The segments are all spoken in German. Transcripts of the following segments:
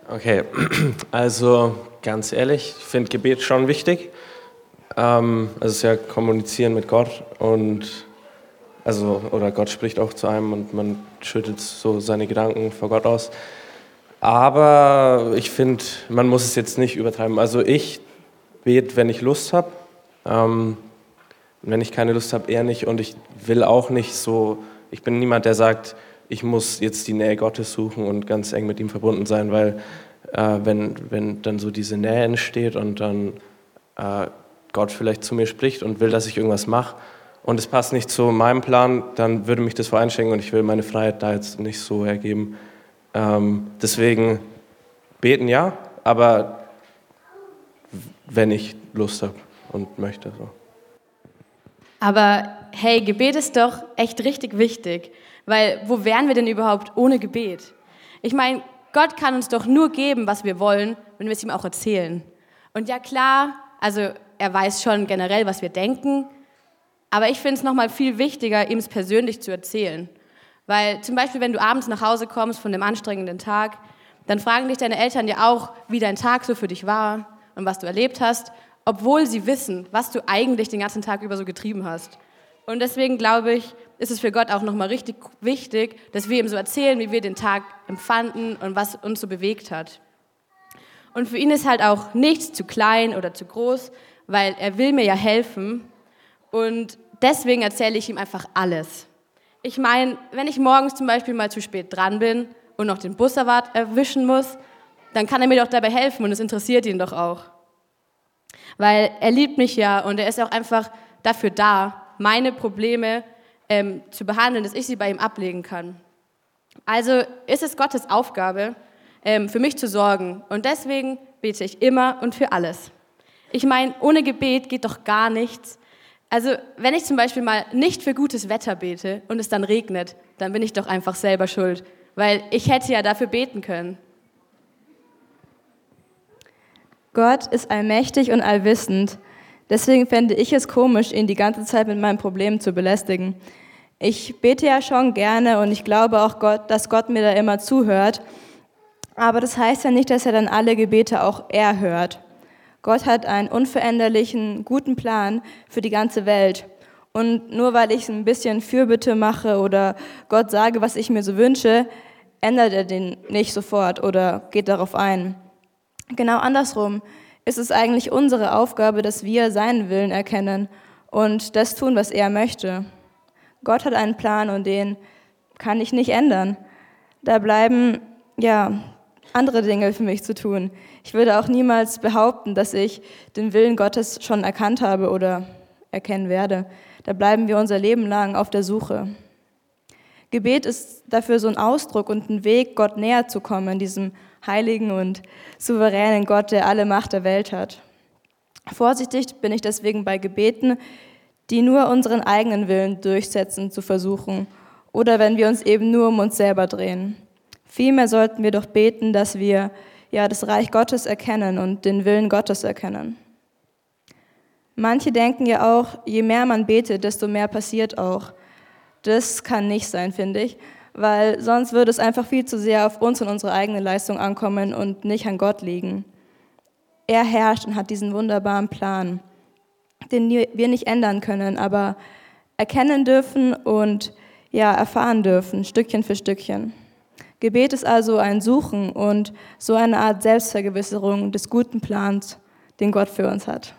Okay, also ganz ehrlich, ich finde Gebet schon wichtig. Es ist ja Kommunizieren mit Gott oder Gott spricht auch zu einem und man schüttet so seine Gedanken vor Gott aus. Aber ich finde, man muss es jetzt nicht übertreiben. Also ich bete, wenn ich Lust habe. Wenn ich keine Lust habe, eher nicht. Und ich will auch nicht so, ich bin niemand, der sagt, ich muss jetzt die Nähe Gottes suchen und ganz eng mit ihm verbunden sein, weil wenn dann so diese Nähe entsteht und dann Gott vielleicht zu mir spricht und will, dass ich irgendwas mache und es passt nicht zu meinem Plan, dann würde mich das voreinschränken und ich will meine Freiheit da jetzt nicht so hergeben. Deswegen beten ja, aber wenn ich Lust habe und möchte. So. Aber hey, Gebet ist doch echt richtig wichtig, weil wo wären wir denn überhaupt ohne Gebet? Ich meine, Gott kann uns doch nur geben, was wir wollen, wenn wir es ihm auch erzählen. Und ja klar, also er weiß schon generell, was wir denken, aber ich finde es nochmal viel wichtiger, ihm es persönlich zu erzählen. Weil zum Beispiel, wenn du abends nach Hause kommst von einem anstrengenden Tag, dann fragen dich deine Eltern ja auch, wie dein Tag so für dich war und was du erlebt hast, obwohl sie wissen, was du eigentlich den ganzen Tag über so getrieben hast. Und deswegen glaube ich, ist es für Gott auch nochmal richtig wichtig, dass wir ihm so erzählen, wie wir den Tag empfanden und was uns so bewegt hat. Und für ihn ist halt auch nichts zu klein oder zu groß, weil er will mir ja helfen und deswegen erzähle ich ihm einfach alles. Ich meine, wenn ich morgens zum Beispiel mal zu spät dran bin und noch den Bus erwischen muss, dann kann er mir doch dabei helfen und es interessiert ihn doch auch. Weil er liebt mich ja und er ist auch einfach dafür da, meine Probleme zu behandeln, dass ich sie bei ihm ablegen kann. Also ist es Gottes Aufgabe, für mich zu sorgen und deswegen bete ich immer und für alles. Ich meine, ohne Gebet geht doch gar nichts. Also wenn ich zum Beispiel mal nicht für gutes Wetter bete und es dann regnet, dann bin ich doch einfach selber schuld, weil ich hätte ja dafür beten können. Gott ist allmächtig und allwissend. Deswegen fände ich es komisch, ihn die ganze Zeit mit meinen Problemen zu belästigen. Ich bete ja schon gerne und ich glaube auch, dass Gott mir da immer zuhört. Aber das heißt ja nicht, dass er dann alle Gebete auch erhört. Gott hat einen unveränderlichen, guten Plan für die ganze Welt. Und nur weil ich ein bisschen Fürbitte mache oder Gott sage, was ich mir so wünsche, ändert er den nicht sofort oder geht darauf ein. Genau andersrum ist es eigentlich unsere Aufgabe, dass wir seinen Willen erkennen und das tun, was er möchte. Gott hat einen Plan und den kann ich nicht ändern. Da bleiben, andere Dinge für mich zu tun. Ich würde auch niemals behaupten, dass ich den Willen Gottes schon erkannt habe oder erkennen werde. Da bleiben wir unser Leben lang auf der Suche. Gebet ist dafür so ein Ausdruck und ein Weg, Gott näher zu kommen, diesem heiligen und souveränen Gott, der alle Macht der Welt hat. Vorsichtig bin ich deswegen bei Gebeten, die nur unseren eigenen Willen durchsetzen zu versuchen oder wenn wir uns eben nur um uns selber drehen. Vielmehr sollten wir doch beten, dass wir das Reich Gottes erkennen und den Willen Gottes erkennen. Manche denken ja auch, je mehr man betet, desto mehr passiert auch. Das kann nicht sein, finde ich, weil sonst würde es einfach viel zu sehr auf uns und unsere eigene Leistung ankommen und nicht an Gott liegen. Er herrscht und hat diesen wunderbaren Plan, den wir nicht ändern können, aber erkennen dürfen und erfahren dürfen, Stückchen für Stückchen. Gebet ist also ein Suchen und so eine Art Selbstvergewisserung des guten Plans, den Gott für uns hat.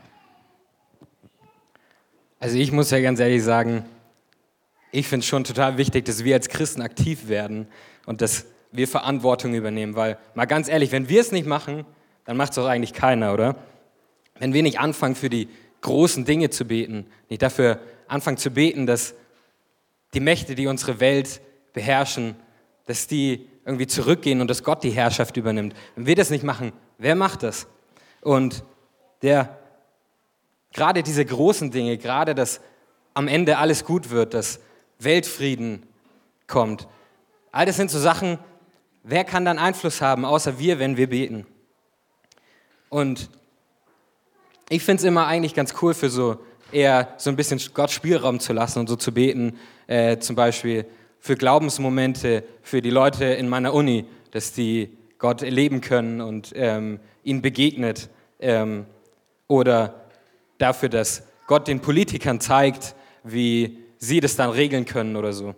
Also ich muss ja ganz ehrlich sagen, ich finde es schon total wichtig, dass wir als Christen aktiv werden und dass wir Verantwortung übernehmen, weil, mal ganz ehrlich, wenn wir es nicht machen, dann macht es doch eigentlich keiner, oder? Wenn wir nicht anfangen, für die großen Dinge zu beten, nicht dafür anfangen zu beten, dass die Mächte, die unsere Welt beherrschen, dass die irgendwie zurückgehen und dass Gott die Herrschaft übernimmt. Wenn wir das nicht machen, wer macht das? Und gerade diese großen Dinge, gerade dass am Ende alles gut wird, dass Weltfrieden kommt, all das sind so Sachen, wer kann dann Einfluss haben, außer wir, wenn wir beten? Und ich finde es immer eigentlich ganz cool, für so ein bisschen Gott Spielraum zu lassen und so zu beten, zum Beispiel für Glaubensmomente, für die Leute in meiner Uni, dass die Gott erleben können und ihnen begegnet. Oder dafür, dass Gott den Politikern zeigt, wie sie das dann regeln können oder so.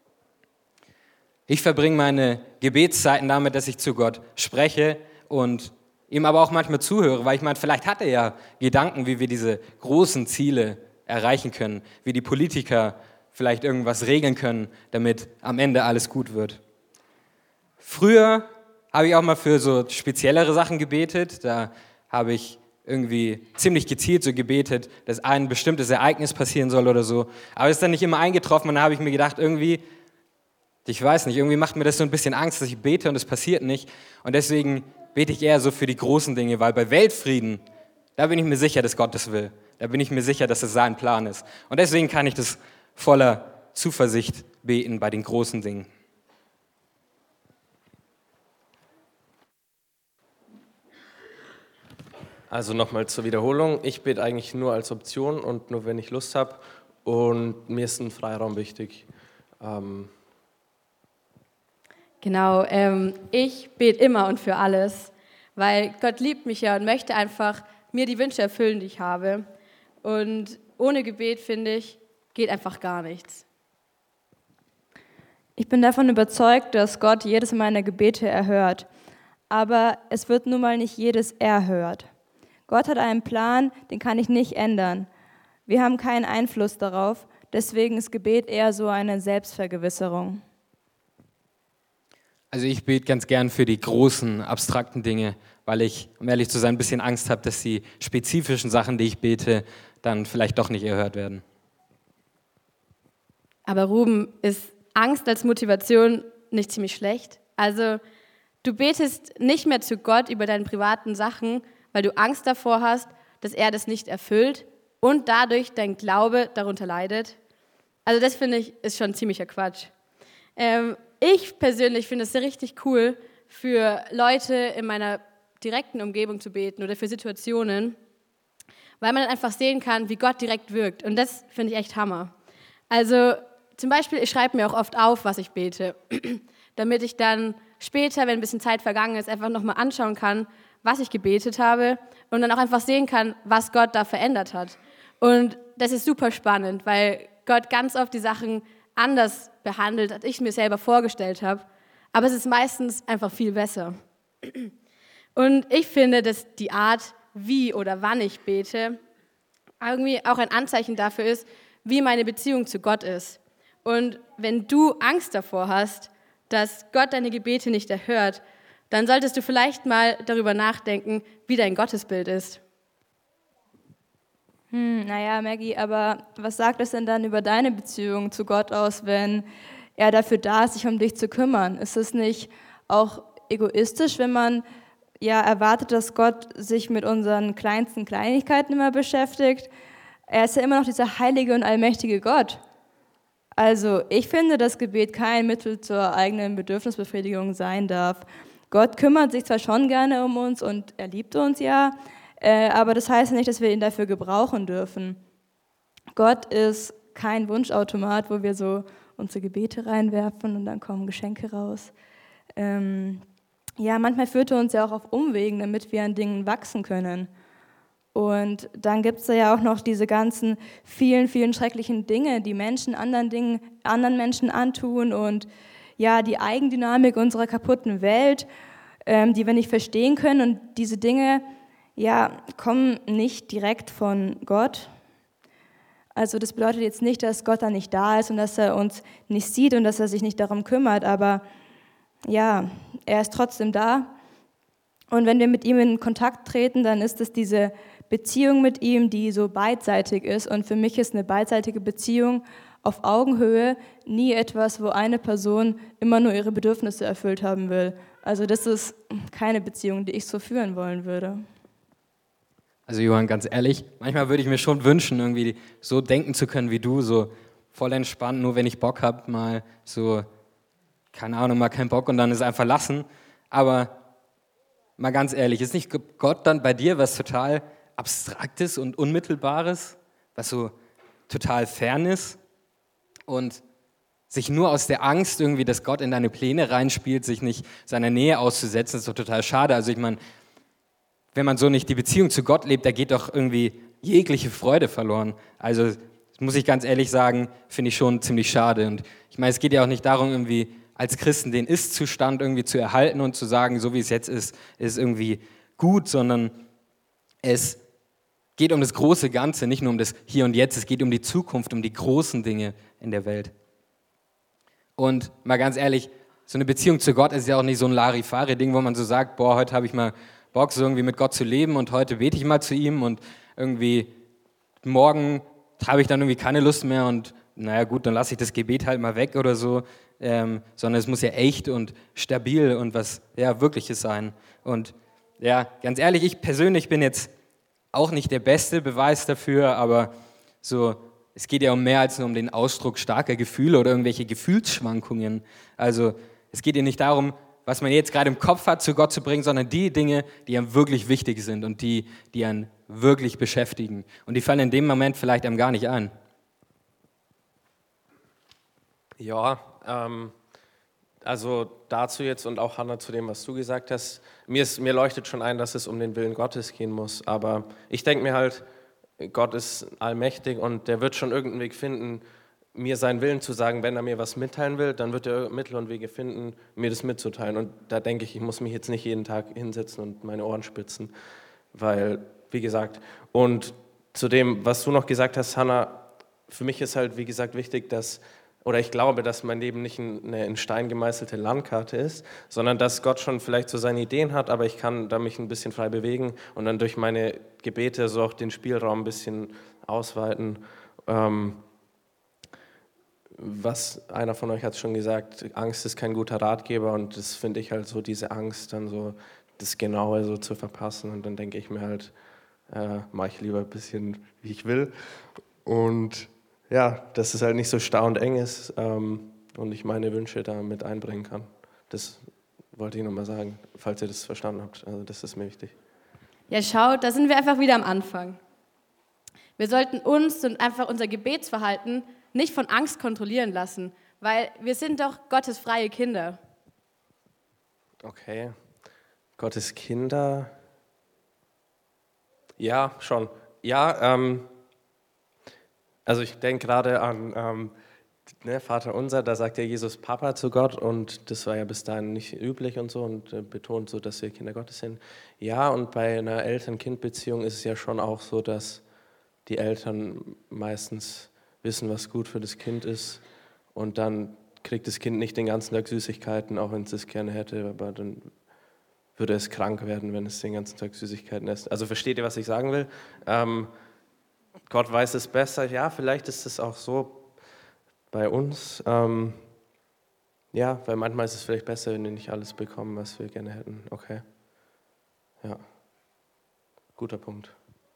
Ich verbringe meine Gebetszeiten damit, dass ich zu Gott spreche und ihm aber auch manchmal zuhöre, weil ich meine, vielleicht hat er ja Gedanken, wie wir diese großen Ziele erreichen können, wie die Politiker vielleicht irgendwas regeln können, damit am Ende alles gut wird. Früher habe ich auch mal für so speziellere Sachen gebetet, da habe ich irgendwie ziemlich gezielt so gebetet, dass ein bestimmtes Ereignis passieren soll oder so, aber es ist dann nicht immer eingetroffen und da habe ich mir gedacht, irgendwie, ich weiß nicht, irgendwie macht mir das so ein bisschen Angst, dass ich bete und es passiert nicht und deswegen bete ich eher so für die großen Dinge, weil bei Weltfrieden, da bin ich mir sicher, dass Gott das will. Da bin ich mir sicher, dass es sein Plan ist. Und deswegen kann ich das voller Zuversicht beten bei den großen Dingen. Also nochmal zur Wiederholung. Ich bete eigentlich nur als Option und nur, wenn ich Lust habe. Und mir ist ein Freiraum wichtig. Genau, ich bete immer und für alles, weil Gott liebt mich ja und möchte einfach mir die Wünsche erfüllen, die ich habe. Und ohne Gebet, finde ich, geht einfach gar nichts. Ich bin davon überzeugt, dass Gott jedes meiner Gebete erhört. Aber es wird nun mal nicht jedes erhört. Gott hat einen Plan, den kann ich nicht ändern. Wir haben keinen Einfluss darauf, deswegen ist Gebet eher so eine Selbstvergewisserung. Also ich bete ganz gern für die großen, abstrakten Dinge, weil ich, um ehrlich zu sein, ein bisschen Angst habe, dass die spezifischen Sachen, die ich bete, dann vielleicht doch nicht erhört werden. Aber Ruben, ist Angst als Motivation nicht ziemlich schlecht? Also du betest nicht mehr zu Gott über deine privaten Sachen, weil du Angst davor hast, dass er das nicht erfüllt und dadurch dein Glaube darunter leidet. Also das finde ich ist schon ziemlicher Quatsch. Ich persönlich finde es richtig cool, für Leute in meiner direkten Umgebung zu beten oder für Situationen, weil man dann einfach sehen kann, wie Gott direkt wirkt. Und das finde ich echt Hammer. Also zum Beispiel, ich schreibe mir auch oft auf, was ich bete, damit ich dann später, wenn ein bisschen Zeit vergangen ist, einfach nochmal anschauen kann, was ich gebetet habe und dann auch einfach sehen kann, was Gott da verändert hat. Und das ist super spannend, weil Gott ganz oft die Sachen anders behandelt, als ich mir selber vorgestellt habe. Aber es ist meistens einfach viel besser. Und ich finde, dass die Art, wie oder wann ich bete, irgendwie auch ein Anzeichen dafür ist, wie meine Beziehung zu Gott ist. Und wenn du Angst davor hast, dass Gott deine Gebete nicht erhört, dann solltest du vielleicht mal darüber nachdenken, wie dein Gottesbild ist. Naja, Maggie, aber was sagt es denn dann über deine Beziehung zu Gott aus, wenn er dafür da ist, sich um dich zu kümmern? Ist es nicht auch egoistisch, wenn man ja erwartet, dass Gott sich mit unseren kleinsten Kleinigkeiten immer beschäftigt? Er ist ja immer noch dieser heilige und allmächtige Gott. Also ich finde, dass Gebet kein Mittel zur eigenen Bedürfnisbefriedigung sein darf. Gott kümmert sich zwar schon gerne um uns und er liebt uns ja, aber das heißt nicht, dass wir ihn dafür gebrauchen dürfen. Gott ist kein Wunschautomat, wo wir so unsere Gebete reinwerfen und dann kommen Geschenke raus. Ja, manchmal führt er uns ja auch auf Umwegen, damit wir an Dingen wachsen können. Und dann gibt es ja auch noch diese ganzen vielen, vielen schrecklichen Dinge, die Menschen anderen Menschen antun und ja, die Eigendynamik unserer kaputten Welt, die wir nicht verstehen können. Und diese Dinge ja, kommen nicht direkt von Gott. Also das bedeutet jetzt nicht, dass Gott da nicht da ist und dass er uns nicht sieht und dass er sich nicht darum kümmert, aber ja, er ist trotzdem da. Und wenn wir mit ihm in Kontakt treten, dann ist es diese Beziehung mit ihm, die so beidseitig ist. Und für mich ist eine beidseitige Beziehung auf Augenhöhe nie etwas, wo eine Person immer nur ihre Bedürfnisse erfüllt haben will. Also das ist keine Beziehung, die ich so führen wollen würde. Also Johann, ganz ehrlich, manchmal würde ich mir schon wünschen, irgendwie so denken zu können wie du, so voll entspannt, nur wenn ich Bock habe, mal so, keine Ahnung, mal keinen Bock und dann ist einfach lassen. Aber mal ganz ehrlich, ist nicht Gott dann bei dir was total Abstraktes und Unmittelbares, was so total fern ist? Und sich nur aus der Angst irgendwie, dass Gott in deine Pläne reinspielt, sich nicht seiner Nähe auszusetzen, ist doch total schade. Also ich meine, wenn man so nicht die Beziehung zu Gott lebt, da geht doch irgendwie jegliche Freude verloren. Also das muss ich ganz ehrlich sagen, finde ich schon ziemlich schade. Und ich meine, es geht ja auch nicht darum, irgendwie als Christen den Ist-Zustand irgendwie zu erhalten und zu sagen, so wie es jetzt ist irgendwie gut, sondern es geht um das große Ganze, nicht nur um das Hier und Jetzt. Es geht um die Zukunft, um die großen Dinge in der Welt. Und mal ganz ehrlich, so eine Beziehung zu Gott ist ja auch nicht so ein Larifari-Ding, wo man so sagt, boah, heute habe ich mal Bock, so irgendwie mit Gott zu leben und heute bete ich mal zu ihm und irgendwie morgen habe ich dann irgendwie keine Lust mehr und naja gut, dann lasse ich das Gebet halt mal weg oder so, sondern es muss ja echt und stabil und was ja Wirkliches sein. Und ja, ganz ehrlich, ich persönlich bin jetzt auch nicht der beste Beweis dafür, aber so, es geht ja um mehr als nur um den Ausdruck starker Gefühle oder irgendwelche Gefühlsschwankungen. Also es geht ja nicht darum, was man jetzt gerade im Kopf hat, zu Gott zu bringen, sondern die Dinge, die einem wirklich wichtig sind und die einen wirklich beschäftigen. Und die fallen in dem Moment vielleicht einem gar nicht ein. Ja, also dazu jetzt und auch Hannah zu dem, was du gesagt hast, mir leuchtet schon ein, dass es um den Willen Gottes gehen muss, aber ich denke mir halt, Gott ist allmächtig und der wird schon irgendeinen Weg finden, mir seinen Willen zu sagen. Wenn er mir was mitteilen will, dann wird er Mittel und Wege finden, mir das mitzuteilen. Und da denke ich, ich muss mich jetzt nicht jeden Tag hinsetzen und meine Ohren spitzen, weil, wie gesagt, und zu dem, was du noch gesagt hast, Hannah, für mich ist halt, wie gesagt, wichtig, oder ich glaube, dass mein Leben nicht eine in Stein gemeißelte Landkarte ist, sondern dass Gott schon vielleicht so seine Ideen hat, aber ich kann da mich ein bisschen frei bewegen und dann durch meine Gebete so auch den Spielraum ein bisschen ausweiten. Was einer von euch hat schon gesagt, Angst ist kein guter Ratgeber und das finde ich halt so, diese Angst dann so das Genaue so zu verpassen und dann denke ich mir halt, mache ich lieber ein bisschen, wie ich will und ja, dass es halt nicht so starr und eng ist und ich meine Wünsche da mit einbringen kann. Das wollte ich nochmal sagen, falls ihr das verstanden habt. Also das ist mir wichtig. Ja, schaut, da sind wir einfach wieder am Anfang. Wir sollten uns und einfach unser Gebetsverhalten nicht von Angst kontrollieren lassen, weil wir sind doch Gottes freie Kinder. Okay, Gottes Kinder. Ja, schon. Ja, also ich denke gerade an Vater unser, da sagt ja Jesus Papa zu Gott und das war ja bis dahin nicht üblich und so und betont so, dass wir Kinder Gottes sind. Ja, und bei einer Eltern-Kind-Beziehung ist es ja schon auch so, dass die Eltern meistens wissen, was gut für das Kind ist und dann kriegt das Kind nicht den ganzen Tag Süßigkeiten, auch wenn es es gerne hätte, aber dann würde es krank werden, wenn es den ganzen Tag Süßigkeiten isst. Also versteht ihr, was ich sagen will? Gott weiß es besser. Ja, vielleicht ist es auch so bei uns. Ja, weil manchmal ist es vielleicht besser, wenn wir nicht alles bekommen, was wir gerne hätten. Okay. Ja. Guter Punkt.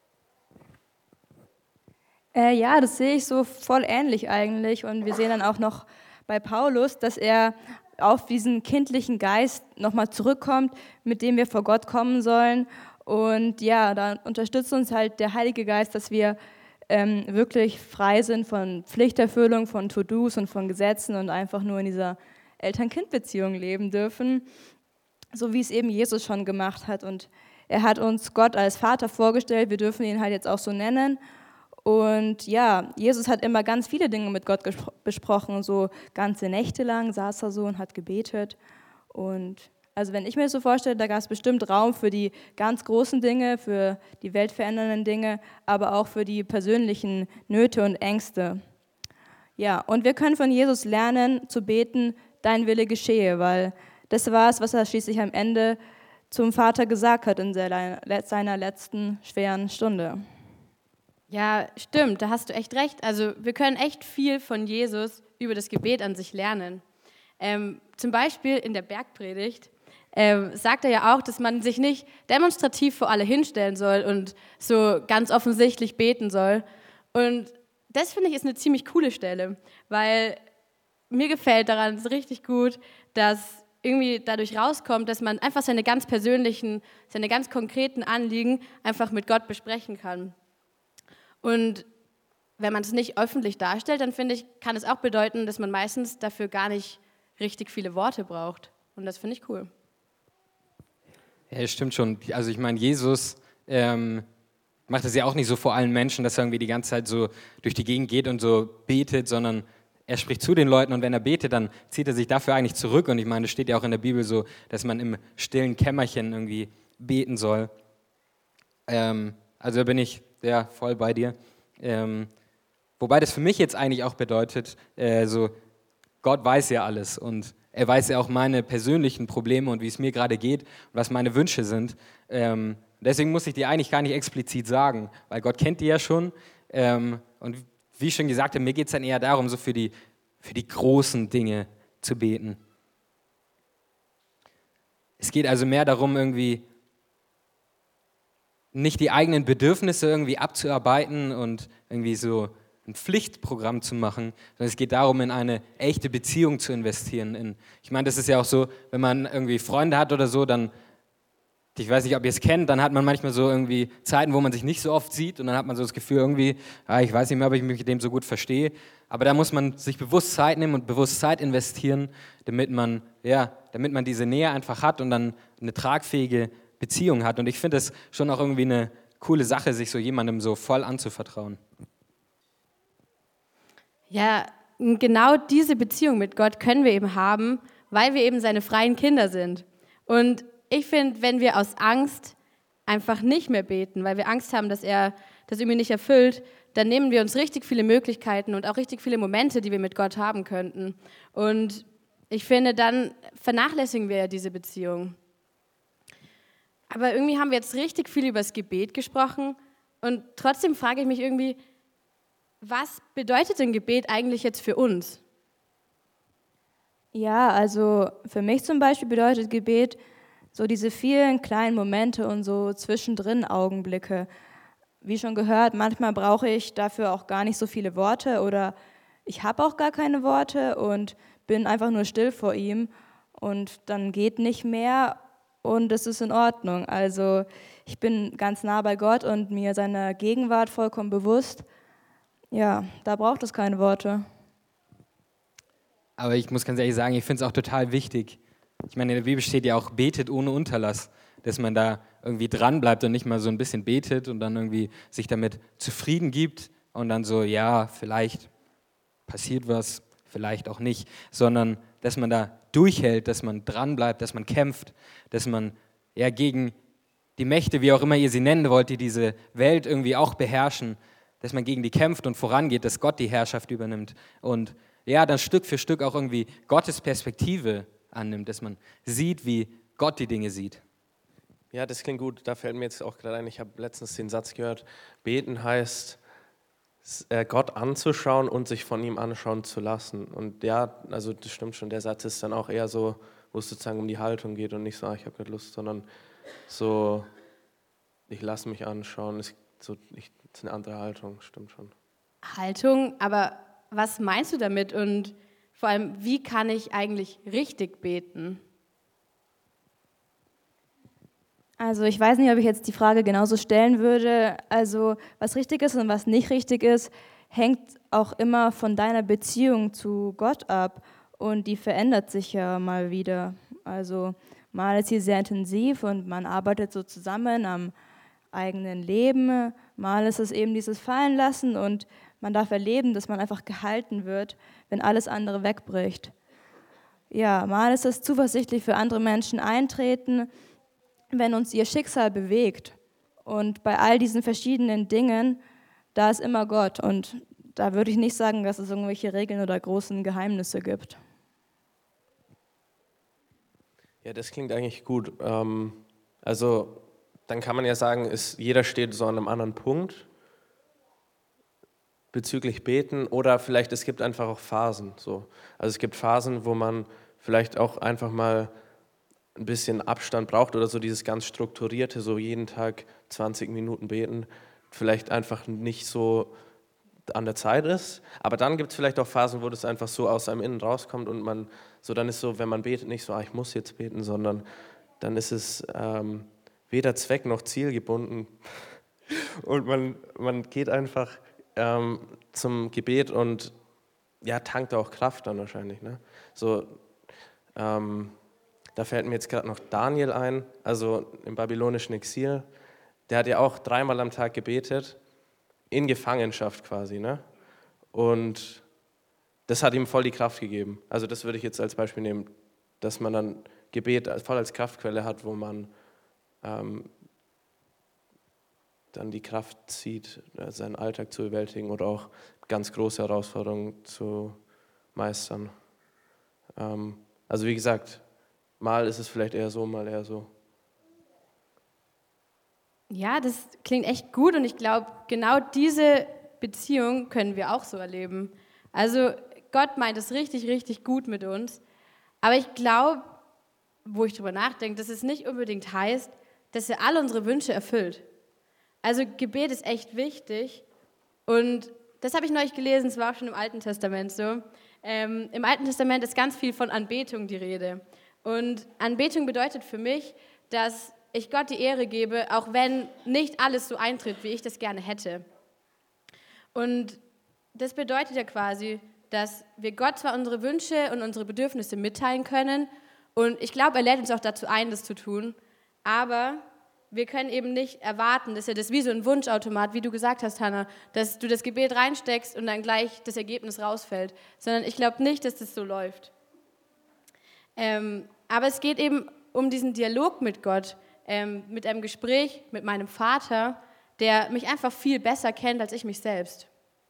Ja, das sehe ich so voll ähnlich eigentlich. Und wir sehen dann auch noch bei Paulus, dass er auf diesen kindlichen Geist nochmal zurückkommt, mit dem wir vor Gott kommen sollen. Und ja, da unterstützt uns halt der Heilige Geist, dass wir wirklich frei sind von Pflichterfüllung, von To-Dos und von Gesetzen und einfach nur in dieser Eltern-Kind-Beziehung leben dürfen, so wie es eben Jesus schon gemacht hat. Und er hat uns Gott als Vater vorgestellt, wir dürfen ihn halt jetzt auch so nennen. Und ja, Jesus hat immer ganz viele Dinge mit Gott besprochen, so ganze Nächte lang saß er so und hat gebetet. Und also wenn ich mir das so vorstelle, da gab es bestimmt Raum für die ganz großen Dinge, für die weltverändernden Dinge, aber auch für die persönlichen Nöte und Ängste. Ja, und wir können von Jesus lernen zu beten, dein Wille geschehe, weil das war es, was er schließlich am Ende zum Vater gesagt hat in seiner letzten schweren Stunde. Ja, stimmt, da hast du echt recht. Also wir können echt viel von Jesus über das Gebet an sich lernen. Zum Beispiel in der Bergpredigt sagt er ja auch, dass man sich nicht demonstrativ vor alle hinstellen soll und so ganz offensichtlich beten soll. Und das finde ich ist eine ziemlich coole Stelle, weil mir gefällt daran richtig gut, dass irgendwie dadurch rauskommt, dass man einfach seine ganz persönlichen, seine ganz konkreten Anliegen einfach mit Gott besprechen kann. Und wenn man es nicht öffentlich darstellt, dann finde ich, kann es auch bedeuten, dass man meistens dafür gar nicht richtig viele Worte braucht. Und das finde ich cool. Ja, das stimmt schon. Also ich meine, Jesus macht das ja auch nicht so vor allen Menschen, dass er irgendwie die ganze Zeit so durch die Gegend geht und so betet, sondern er spricht zu den Leuten und wenn er betet, dann zieht er sich dafür eigentlich zurück. Und ich meine, es steht ja auch in der Bibel so, dass man im stillen Kämmerchen irgendwie beten soll. Also da bin ich ja voll bei dir. Wobei das für mich jetzt eigentlich auch bedeutet, so Gott weiß ja alles und er weiß ja auch meine persönlichen Probleme und wie es mir gerade geht und was meine Wünsche sind. Deswegen muss ich dir eigentlich gar nicht explizit sagen, weil Gott kennt die ja schon. Und wie ich schon gesagt habe, mir geht es dann eher darum, so für die großen Dinge zu beten. Es geht also mehr darum, irgendwie nicht die eigenen Bedürfnisse irgendwie abzuarbeiten und irgendwie so ein Pflichtprogramm zu machen, sondern es geht darum, in eine echte Beziehung zu investieren. Ich meine, das ist ja auch so, wenn man irgendwie Freunde hat oder so, dann, ich weiß nicht, ob ihr es kennt, dann hat man manchmal so irgendwie Zeiten, wo man sich nicht so oft sieht und dann hat man so das Gefühl irgendwie, ich weiß nicht mehr, ob ich mich mit dem so gut verstehe, aber da muss man sich bewusst Zeit nehmen und bewusst Zeit investieren, damit man diese Nähe einfach hat und dann eine tragfähige Beziehung hat. Und ich finde es schon auch irgendwie eine coole Sache, sich so jemandem so voll anzuvertrauen. Ja, genau diese Beziehung mit Gott können wir eben haben, weil wir eben seine freien Kinder sind. Und ich finde, wenn wir aus Angst einfach nicht mehr beten, weil wir Angst haben, dass er das irgendwie nicht erfüllt, dann nehmen wir uns richtig viele Möglichkeiten und auch richtig viele Momente, die wir mit Gott haben könnten. Und ich finde, dann vernachlässigen wir ja diese Beziehung. Aber irgendwie haben wir jetzt richtig viel über das Gebet gesprochen und trotzdem frage ich mich irgendwie, was bedeutet denn Gebet eigentlich jetzt für uns? Ja, also für mich zum Beispiel bedeutet Gebet so diese vielen kleinen Momente und so zwischendrin Augenblicke. Wie schon gehört, manchmal brauche ich dafür auch gar nicht so viele Worte oder ich habe auch gar keine Worte und bin einfach nur still vor ihm und dann geht nicht mehr und es ist in Ordnung. Also ich bin ganz nah bei Gott und mir seiner Gegenwart vollkommen bewusst. Ja, da braucht es keine Worte. Aber ich muss ganz ehrlich sagen, ich finde es auch total wichtig. Ich meine, in der Bibel steht ja auch, betet ohne Unterlass, dass man da irgendwie dran bleibt und nicht mal so ein bisschen betet und dann irgendwie sich damit zufrieden gibt und dann so, ja, vielleicht passiert was, vielleicht auch nicht, sondern dass man da durchhält, dass man dran bleibt, dass man kämpft, dass man ja gegen die Mächte, wie auch immer ihr sie nennen wollt, die diese Welt irgendwie auch beherrschen, dass man gegen die kämpft und vorangeht, dass Gott die Herrschaft übernimmt und ja, dann Stück für Stück auch irgendwie Gottes Perspektive annimmt, dass man sieht, wie Gott die Dinge sieht. Ja, das klingt gut. Da fällt mir jetzt auch gerade ein, ich habe letztens den Satz gehört, beten heißt, Gott anzuschauen und sich von ihm anschauen zu lassen. Und ja, also das stimmt schon, der Satz ist dann auch eher so, wo es sozusagen um die Haltung geht und nicht so, ich habe gerade Lust, sondern so, ich lasse mich anschauen, ist eine andere Haltung, stimmt schon. Haltung, aber was meinst du damit und vor allem, wie kann ich eigentlich richtig beten? Also ich weiß nicht, ob ich jetzt die Frage genauso stellen würde. Also was richtig ist und was nicht richtig ist, hängt auch immer von deiner Beziehung zu Gott ab und die verändert sich ja mal wieder. Also mal ist sie sehr intensiv und man arbeitet so zusammen am eigenen Leben, mal ist es eben dieses Fallenlassen und man darf erleben, dass man einfach gehalten wird, wenn alles andere wegbricht. Ja, mal ist es zuversichtlich für andere Menschen eintreten, wenn uns ihr Schicksal bewegt. Und bei all diesen verschiedenen Dingen, da ist immer Gott. Und da würde ich nicht sagen, dass es irgendwelche Regeln oder großen Geheimnisse gibt. Ja, das klingt eigentlich gut. Also dann kann man ja sagen, jeder steht so an einem anderen Punkt bezüglich Beten oder vielleicht es gibt einfach auch Phasen. So. Also es gibt Phasen, wo man vielleicht auch einfach mal ein bisschen Abstand braucht oder so dieses ganz strukturierte, so jeden Tag 20 Minuten beten, vielleicht einfach nicht so an der Zeit ist. Aber dann gibt es vielleicht auch Phasen, wo das einfach so aus einem Innen rauskommt und man so dann ist so, wenn man betet, nicht so, ich muss jetzt beten, sondern dann ist es weder Zweck noch Ziel gebunden und man geht einfach zum Gebet und ja, tankt auch Kraft dann wahrscheinlich. Ne? So, da fällt mir jetzt gerade noch Daniel ein, also im babylonischen Exil. Der hat ja auch 3-mal am Tag gebetet, in Gefangenschaft quasi. Ne? Und das hat ihm voll die Kraft gegeben. Also das würde ich jetzt als Beispiel nehmen, dass man dann Gebet voll als Kraftquelle hat, wo man dann die Kraft zieht, seinen Alltag zu bewältigen oder auch ganz große Herausforderungen zu meistern. Also wie gesagt, mal ist es vielleicht eher so, mal eher so. Ja, das klingt echt gut und ich glaube, genau diese Beziehung können wir auch so erleben. Also Gott meint es richtig, richtig gut mit uns. Aber ich glaube, wo ich drüber nachdenke, dass es nicht unbedingt heißt, dass er all unsere Wünsche erfüllt. Also Gebet ist echt wichtig und das habe ich neulich gelesen, es war auch schon im Alten Testament so. Im Alten Testament ist ganz viel von Anbetung die Rede. Und Anbetung bedeutet für mich, dass ich Gott die Ehre gebe, auch wenn nicht alles so eintritt, wie ich das gerne hätte. Und das bedeutet ja quasi, dass wir Gott zwar unsere Wünsche und unsere Bedürfnisse mitteilen können und ich glaube, er lädt uns auch dazu ein, das zu tun, aber wir können eben nicht erwarten, dass er das wie so ein Wunschautomat, wie du gesagt hast, Hannah, dass du das Gebet reinsteckst und dann gleich das Ergebnis rausfällt, sondern ich glaube nicht, dass das so läuft. Aber es geht eben um diesen Dialog mit Gott, mit einem Gespräch mit meinem Vater, der mich einfach viel besser kennt als ich mich selbst.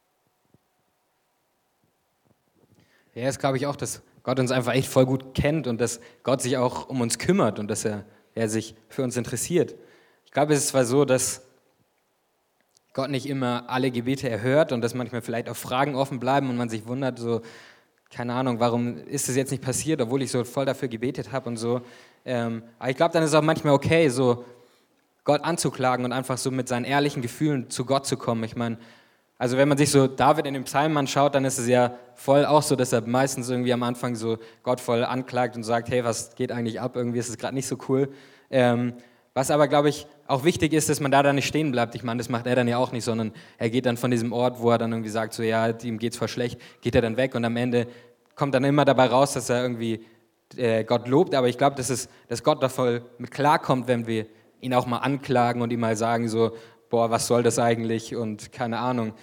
Ja, das glaube ich auch, dass Gott uns einfach echt voll gut kennt und dass Gott sich auch um uns kümmert und dass er sich für uns interessiert. Ich glaube, es ist zwar so, dass Gott nicht immer alle Gebete erhört und dass manchmal vielleicht auch Fragen offen bleiben und man sich wundert, so, keine Ahnung, warum ist das jetzt nicht passiert, obwohl ich so voll dafür gebetet habe und so. Aber ich glaube, dann ist es auch manchmal okay, so Gott anzuklagen und einfach so mit seinen ehrlichen Gefühlen zu Gott zu kommen. Ich meine, also wenn man sich so David in den Psalmen anschaut, dann ist es ja voll auch so, dass er meistens irgendwie am Anfang so Gott voll anklagt und sagt, hey, was geht eigentlich ab? Irgendwie ist es gerade nicht so cool. Was aber, glaube ich, auch wichtig ist, dass man da dann nicht stehen bleibt. Ich meine, das macht er dann ja auch nicht, sondern er geht dann von diesem Ort, wo er dann irgendwie sagt, so ja, ihm geht's voll schlecht, geht er dann weg und am Ende kommt dann immer dabei raus, dass er irgendwie Gott lobt. Aber ich glaube, dass Gott da voll mit klarkommt, wenn wir ihn auch mal anklagen und ihm mal sagen so, boah, was soll das eigentlich und keine Ahnung.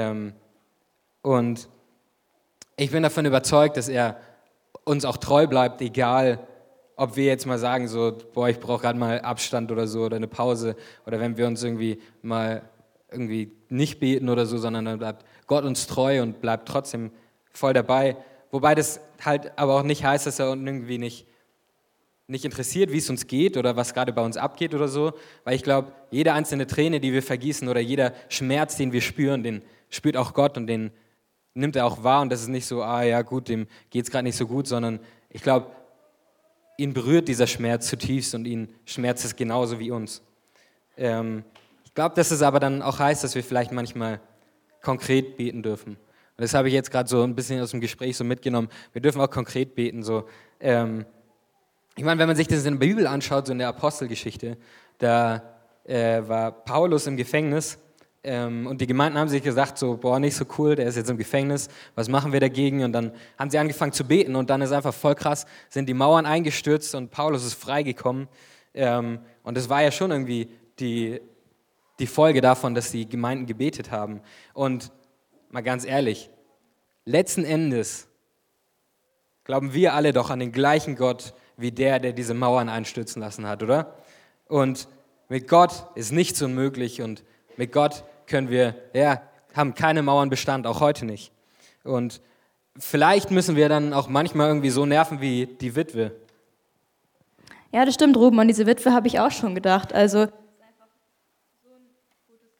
Und ich bin davon überzeugt, dass er uns auch treu bleibt, egal ob wir jetzt mal sagen so, boah, ich brauche gerade mal Abstand oder so oder eine Pause oder wenn wir uns irgendwie mal irgendwie nicht beten oder so, sondern dann bleibt Gott uns treu und bleibt trotzdem voll dabei. Wobei das halt aber auch nicht heißt, dass er uns irgendwie nicht interessiert, wie es uns geht oder was gerade bei uns abgeht oder so, weil ich glaube, jede einzelne Träne, die wir vergießen oder jeder Schmerz, den wir spüren, den spürt auch Gott und den nimmt er auch wahr und das ist nicht so, ja gut, dem geht es gerade nicht so gut, sondern ich glaube, ihn berührt dieser Schmerz zutiefst und ihn schmerzt es genauso wie uns. Ich glaube, dass es aber dann auch heißt, dass wir vielleicht manchmal konkret beten dürfen. Und das habe ich jetzt gerade so ein bisschen aus dem Gespräch so mitgenommen. Wir dürfen auch konkret beten. So. Ich meine, wenn man sich das in der Bibel anschaut, so in der Apostelgeschichte, da war Paulus im Gefängnis und die Gemeinden haben sich gesagt, so, boah, nicht so cool, der ist jetzt im Gefängnis, was machen wir dagegen? Und dann haben sie angefangen zu beten und dann ist einfach voll krass, sind die Mauern eingestürzt und Paulus ist freigekommen. Und das war ja schon irgendwie die Folge davon, dass die Gemeinden gebetet haben. Und mal ganz ehrlich, letzten Endes glauben wir alle doch an den gleichen Gott, wie der diese Mauern einstürzen lassen hat, oder? Und mit Gott ist nichts unmöglich und mit Gott haben keine Mauern Bestand, auch heute nicht. Und vielleicht müssen wir dann auch manchmal irgendwie so nerven wie die Witwe. Ja, das stimmt, Ruben, an diese Witwe habe ich auch schon gedacht. Also, das ist einfach so ein gutes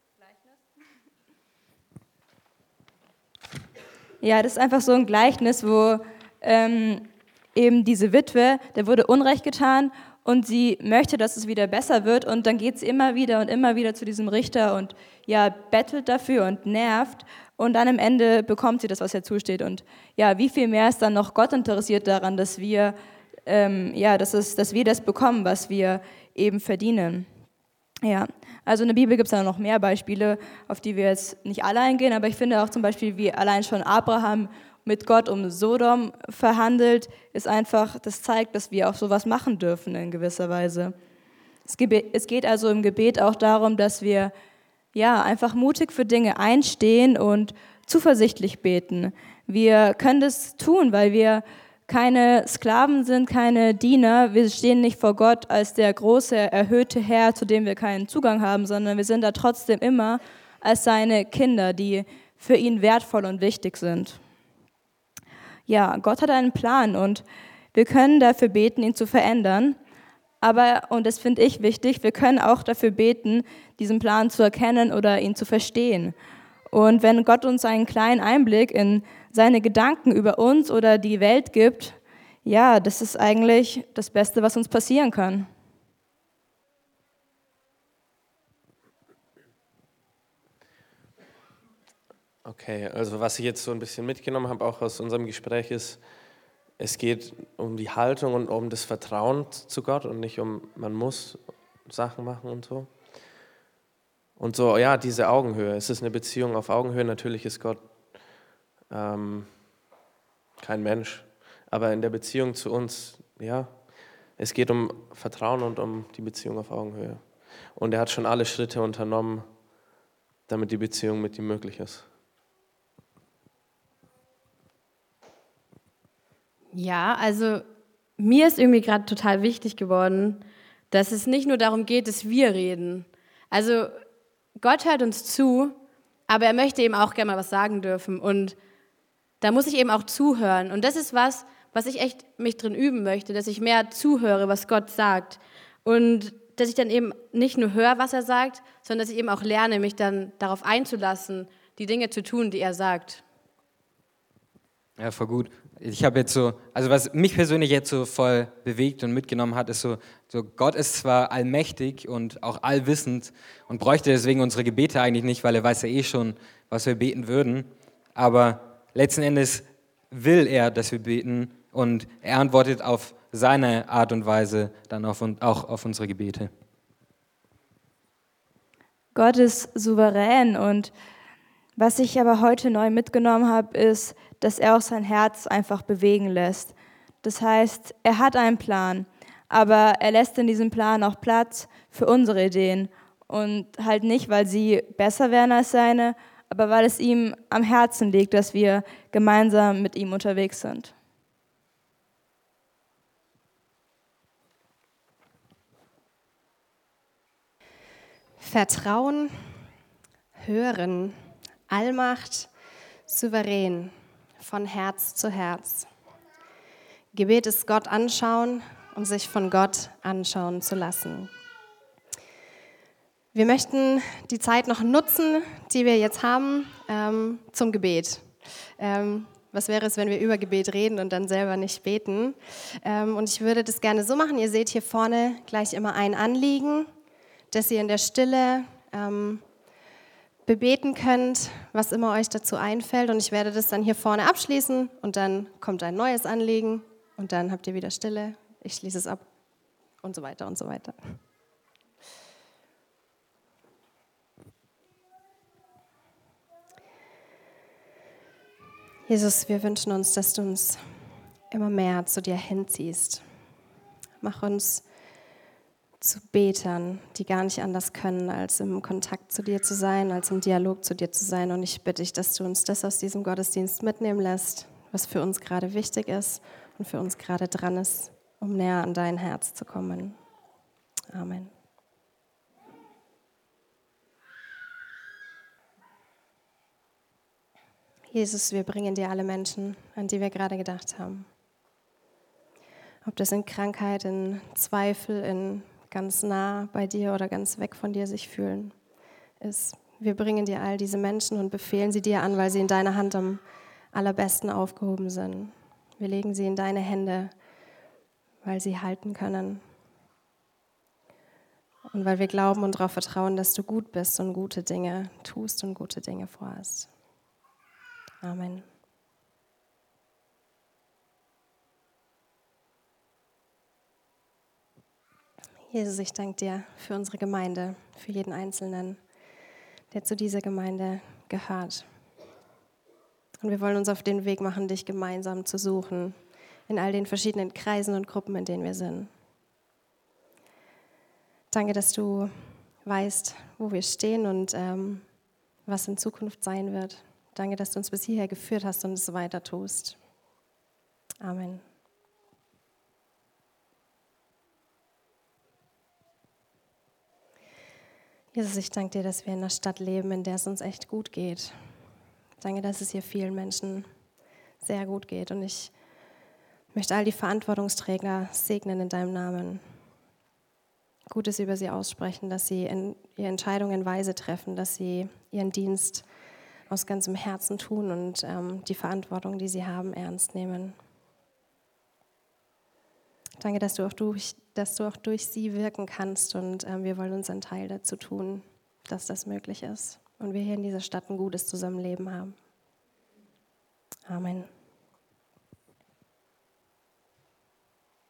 Gleichnis. Ja, das ist einfach so ein Gleichnis, wo eben diese Witwe, der wurde Unrecht getan und sie möchte, dass es wieder besser wird und dann geht sie immer wieder zu diesem Richter und ja, bettelt dafür und nervt und dann am Ende bekommt sie das, was ihr zusteht und ja, wie viel mehr ist dann noch Gott interessiert daran, dass wir dass wir das bekommen, was wir eben verdienen. Ja, Also in der Bibel gibt es ja noch mehr Beispiele, auf die wir jetzt nicht alle eingehen, aber ich finde auch zum Beispiel, wie allein schon Abraham mit Gott um Sodom verhandelt, ist einfach, das zeigt, dass wir auch sowas machen dürfen in gewisser Weise. Es geht also im Gebet auch darum, dass wir einfach mutig für Dinge einstehen und zuversichtlich beten. Wir können das tun, weil wir keine Sklaven sind, keine Diener. Wir stehen nicht vor Gott als der große, erhöhte Herr, zu dem wir keinen Zugang haben, sondern wir sind da trotzdem immer als seine Kinder, die für ihn wertvoll und wichtig sind. Ja, Gott hat einen Plan und wir können dafür beten, ihn zu verändern. Aber, und das finde ich wichtig, wir können auch dafür beten, diesen Plan zu erkennen oder ihn zu verstehen. Und wenn Gott uns einen kleinen Einblick in seine Gedanken über uns oder die Welt gibt, das ist eigentlich das Beste, was uns passieren kann. Okay, also was ich jetzt so ein bisschen mitgenommen habe, auch aus unserem Gespräch, ist, es geht um die Haltung und um das Vertrauen zu Gott und nicht man muss Sachen machen und so. Und so, diese Augenhöhe. Es ist eine Beziehung auf Augenhöhe. Natürlich ist Gott kein Mensch. Aber in der Beziehung zu uns, es geht um Vertrauen und um die Beziehung auf Augenhöhe. Und er hat schon alle Schritte unternommen, damit die Beziehung mit ihm möglich ist. Ja, also mir ist irgendwie gerade total wichtig geworden, dass es nicht nur darum geht, dass wir reden. Also Gott hört uns zu, aber er möchte eben auch gerne mal was sagen dürfen. Und da muss ich eben auch zuhören. Und das ist was ich echt mich drin üben möchte, dass ich mehr zuhöre, was Gott sagt. Und dass ich dann eben nicht nur höre, was er sagt, sondern dass ich eben auch lerne, mich dann darauf einzulassen, die Dinge zu tun, die er sagt. Ja, voll gut. Ich habe jetzt was mich persönlich jetzt so voll bewegt und mitgenommen hat, ist so Gott ist zwar allmächtig und auch allwissend und bräuchte deswegen unsere Gebete eigentlich nicht, weil er weiß ja eh schon, was wir beten würden, aber letzten Endes will er, dass wir beten und er antwortet auf seine Art und Weise dann auch auf unsere Gebete. Gott ist souverän und was ich aber heute neu mitgenommen habe, ist, dass er auch sein Herz einfach bewegen lässt. Das heißt, er hat einen Plan, aber er lässt in diesem Plan auch Platz für unsere Ideen. Und halt nicht, weil sie besser wären als seine, aber weil es ihm am Herzen liegt, dass wir gemeinsam mit ihm unterwegs sind. Vertrauen, hören, Allmacht, souverän, von Herz zu Herz. Gebet ist Gott anschauen und sich von Gott anschauen zu lassen. Wir möchten die Zeit noch nutzen, die wir jetzt haben, zum Gebet. Was wäre es, wenn wir über Gebet reden und dann selber nicht beten? Und ich würde das gerne so machen, ihr seht hier vorne gleich immer ein Anliegen, dass ihr in der Stille bebeten könnt, was immer euch dazu einfällt. Und ich werde das dann hier vorne abschließen und dann kommt ein neues Anliegen und dann habt ihr wieder Stille. Ich schließe es ab und so weiter und so weiter. Jesus, wir wünschen uns, dass du uns immer mehr zu dir hinziehst. Mach uns zu Betern, die gar nicht anders können, als im Kontakt zu dir zu sein, als im Dialog zu dir zu sein. Und ich bitte dich, dass du uns das aus diesem Gottesdienst mitnehmen lässt, was für uns gerade wichtig ist und für uns gerade dran ist, um näher an dein Herz zu kommen. Amen. Jesus, wir bringen dir alle Menschen, an die wir gerade gedacht haben. Ob das in Krankheit, in Zweifel, in ganz nah bei dir oder ganz weg von dir sich fühlen, ist. Wir bringen dir all diese Menschen und befehlen sie dir an, weil sie in deiner Hand am allerbesten aufgehoben sind. Wir legen sie in deine Hände, weil sie halten können. Und weil wir glauben und darauf vertrauen, dass du gut bist und gute Dinge tust und gute Dinge vorhast. Amen. Jesus, ich danke dir für unsere Gemeinde, für jeden Einzelnen, der zu dieser Gemeinde gehört. Und wir wollen uns auf den Weg machen, dich gemeinsam zu suchen, in all den verschiedenen Kreisen und Gruppen, in denen wir sind. Danke, dass du weißt, wo wir stehen und was in Zukunft sein wird. Danke, dass du uns bis hierher geführt hast und es weiter tust. Amen. Jesus, ich danke dir, dass wir in einer Stadt leben, in der es uns echt gut geht. Danke, dass es hier vielen Menschen sehr gut geht. Und ich möchte all die Verantwortungsträger segnen in deinem Namen. Gutes über sie aussprechen, dass sie ihre Entscheidungen weise treffen, dass sie ihren Dienst aus ganzem Herzen tun und die Verantwortung, die sie haben, ernst nehmen. Danke, dass du auch durch sie wirken kannst und wir wollen unseren Teil dazu tun, dass das möglich ist und wir hier in dieser Stadt ein gutes Zusammenleben haben. Amen.